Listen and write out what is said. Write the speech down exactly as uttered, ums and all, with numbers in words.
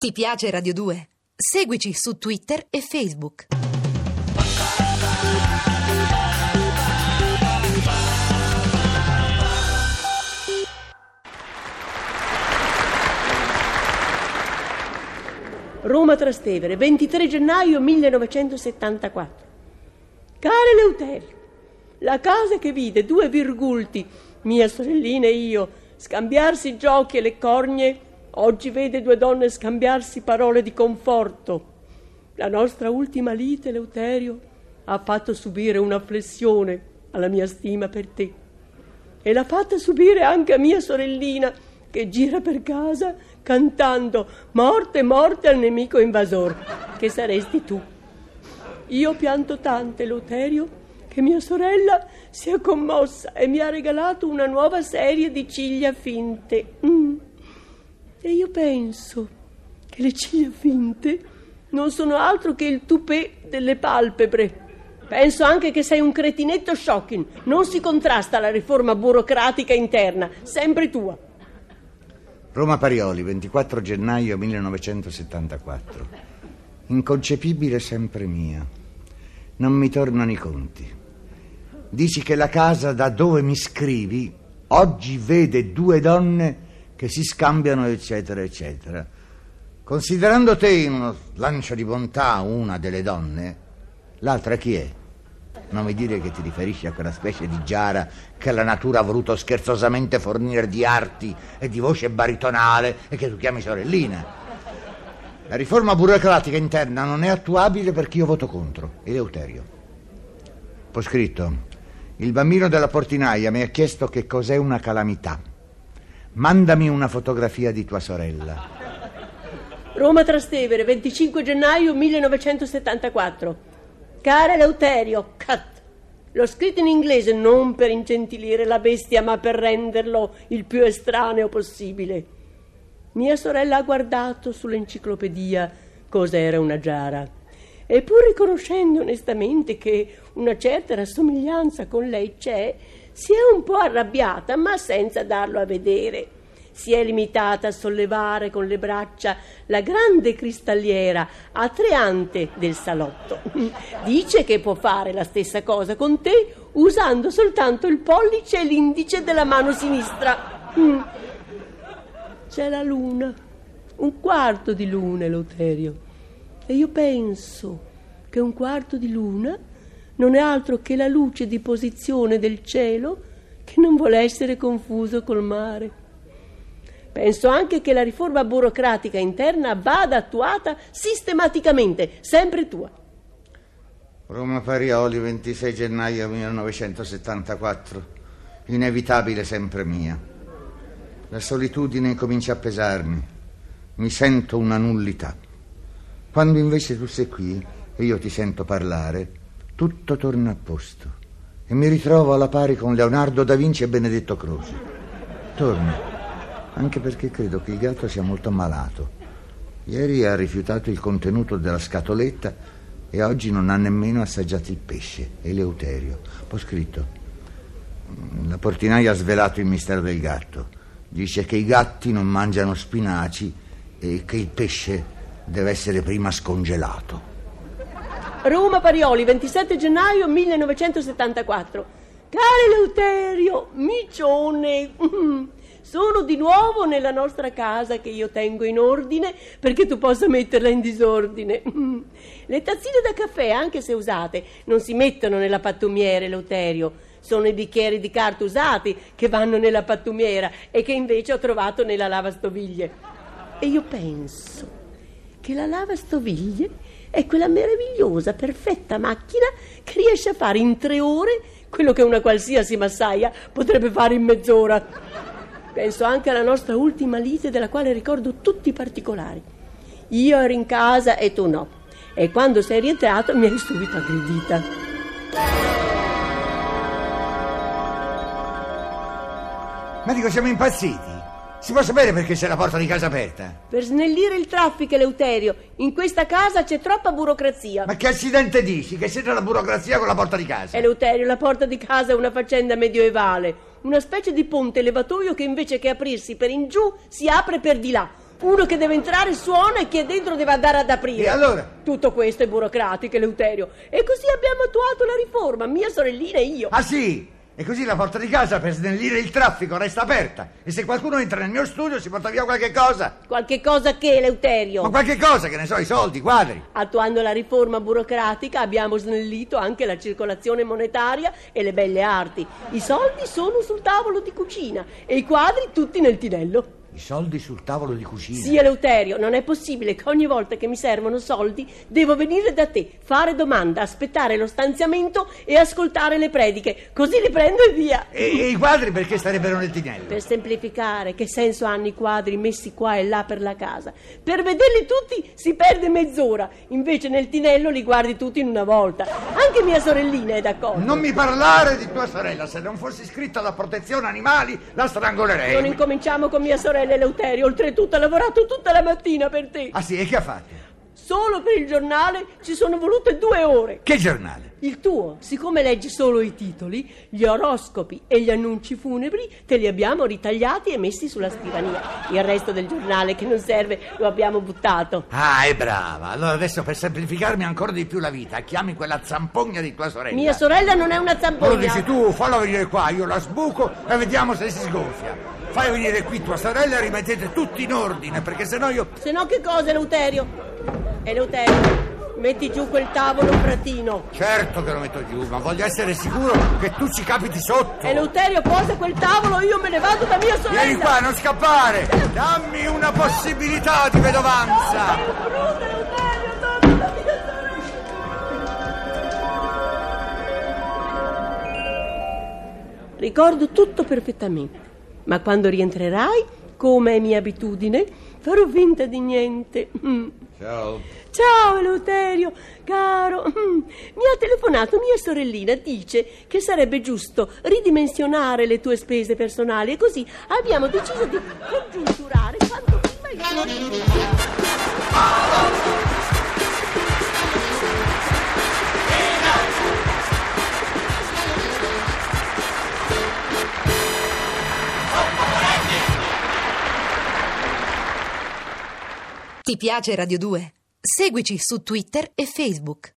Ti piace Radio due? Seguici su Twitter e Facebook. Roma Trastevere, ventitré gennaio millenovecentosettantaquattro. Care Eleuterio, la casa che vide due virgulti, mia sorellina e io, scambiarsi i giochi e le cornie, oggi vede due donne scambiarsi parole di conforto. La nostra ultima lite, Eleuterio, ha fatto subire una flessione alla mia stima per te e l'ha fatta subire anche a mia sorellina, che gira per casa cantando morte, morte al nemico invasor, che saresti tu. Io pianto tanto, Eleuterio, che mia sorella si è commossa e mi ha regalato una nuova serie di ciglia finte. Mm. E io penso che le ciglia finte non sono altro che il tupè delle palpebre. Penso anche che sei un cretinetto shocking. Non si contrasta la riforma burocratica interna, sempre tua. Roma Parioli, ventiquattro gennaio millenovecentosettantaquattro. Inconcepibile sempre mia. Non mi tornano i conti. Dici che la casa da dove mi scrivi oggi vede due donne che si scambiano eccetera eccetera. Considerando te in uno lancio di bontà una delle donne, l'altra chi è? Non mi dire che ti riferisci a quella specie di giara che la natura ha voluto scherzosamente fornire di arti e di voce baritonale e che tu chiami sorellina. La riforma burocratica interna non è attuabile perché io voto contro. Eleuterio. Poi scritto: il bambino della portinaia mi ha chiesto che cos'è una calamità. Mandami una fotografia di tua sorella. Roma Trastevere, venticinque gennaio millenovecentosettantaquattro. Cara Eleuterio, cut. L'ho scritto in inglese non per ingentilire la bestia, ma per renderlo il più estraneo possibile. Mia sorella ha guardato sull'enciclopedia cosa era una giara e pur riconoscendo onestamente che una certa rassomiglianza con lei c'è, si è un po' arrabbiata, ma senza darlo a vedere. Si è limitata a sollevare con le braccia la grande cristalliera a tre ante del salotto. Dice che può fare la stessa cosa con te usando soltanto il pollice e l'indice della mano sinistra. Mm. C'è la luna, un quarto di luna, Eleuterio, e io penso che un quarto di luna non è altro che la luce di posizione del cielo che non vuole essere confuso col mare. Penso anche che la riforma burocratica interna vada attuata sistematicamente, sempre tua. Roma Parioli, ventisei gennaio millenovecentosettantaquattro. Inevitabile sempre mia. La solitudine comincia a pesarmi. Mi sento una nullità. Quando invece tu sei qui e io ti sento parlare, tutto torna a posto e mi ritrovo alla pari con Leonardo da Vinci e Benedetto Croce. Torno. Anche perché credo che il gatto sia molto ammalato. Ieri ha rifiutato il contenuto della scatoletta e oggi non ha nemmeno assaggiato il pesce. Eleuterio. Ho scritto: la portinaia ha svelato il mistero del gatto. Dice che i gatti non mangiano spinaci e che il pesce deve essere prima scongelato. Roma Parioli, ventisette gennaio millenovecentosettantaquattro. Caro Eleuterio, micione, sono di nuovo nella nostra casa che io tengo in ordine perché tu possa metterla in disordine. Le tazzine da caffè, anche se usate, non si mettono nella pattumiera, Eleuterio. Sono i bicchieri di carta usati che vanno nella pattumiera e che invece ho trovato nella lavastoviglie. E io penso che la lavastoviglie è quella meravigliosa, perfetta macchina che riesce a fare in tre ore quello che una qualsiasi massaia potrebbe fare in mezz'ora. Penso anche alla nostra ultima lite, della quale ricordo tutti i particolari. Io ero in casa e tu no, e quando sei rientrato mi hai subito aggredita. Ma dico, siamo impazziti? Si può sapere perché c'è la porta di casa aperta? Per snellire il traffico, Eleuterio. In questa casa c'è troppa burocrazia. Ma che accidente dici? Che c'entra la burocrazia con la porta di casa? Eleuterio, la porta di casa è una faccenda medioevale. Una specie di ponte levatoio che invece che aprirsi per in giù si apre per di là. Uno che deve entrare suona e chi è dentro deve andare ad aprire. E allora? Tutto questo è burocratico, Eleuterio. E così abbiamo attuato la riforma, mia sorellina e io. Ah sì? E così la porta di casa per snellire il traffico resta aperta. E se qualcuno entra nel mio studio si porta via qualche cosa. Qualche cosa che, Eleuterio? Ma qualche cosa, che ne so, i soldi, i quadri. Attuando la riforma burocratica abbiamo snellito anche la circolazione monetaria e le belle arti. I soldi sono sul tavolo di cucina e i quadri tutti nel tinello. I soldi sul tavolo di cucina? Sì, Eleuterio, non è possibile che ogni volta che mi servono soldi devo venire da te, fare domanda, aspettare lo stanziamento e ascoltare le prediche. Così li prendo e via. E, e i quadri perché starebbero nel tinello? Per semplificare, che senso hanno i quadri messi qua e là per la casa? Per vederli tutti si perde mezz'ora, invece nel tinello li guardi tutti in una volta. Anche mia sorellina è d'accordo. Non mi parlare di tua sorella, se non fossi iscritta alla protezione animali la strangolerei. Non incominciamo con mia sorella, Eleuterio, oltretutto ha lavorato tutta la mattina per te. Ah sì, e che ha fatto? Solo per il giornale ci sono volute due ore. Che giornale? Il tuo, siccome leggi solo i titoli, gli oroscopi e gli annunci funebri te li abbiamo ritagliati e messi sulla scrivania. Il resto del giornale che non serve lo abbiamo buttato. Ah, è brava. Allora adesso per semplificarmi ancora di più la vita chiami quella zampogna di tua sorella. Mia sorella non è una Ma zampogna. lo dici tu, falla venire qua, io la sbuco e vediamo se si sgonfia. Fai venire qui tua sorella e rimettete tutti in ordine, perché sennò io... Se no che cosa, Eleuterio? Eleuterio, metti giù quel tavolo, fratino. Certo che lo metto giù, ma voglio essere sicuro che tu ci capiti sotto. Eleuterio, posa quel tavolo, io me ne vado da mia sorella. Vieni qua, non scappare. Dammi una possibilità di vedovanza. È brutta, Eleuterio, torna da mia sorella. Ricordo tutto perfettamente, ma quando rientrerai, come è mia abitudine, farò finta di niente. Mm. Ciao. Ciao Eleuterio, caro. Mm. Mi ha telefonato mia sorellina, dice che sarebbe giusto ridimensionare le tue spese personali e così abbiamo deciso di congiunturare quanto prima il Ti piace Radio due? Seguici su Twitter e Facebook.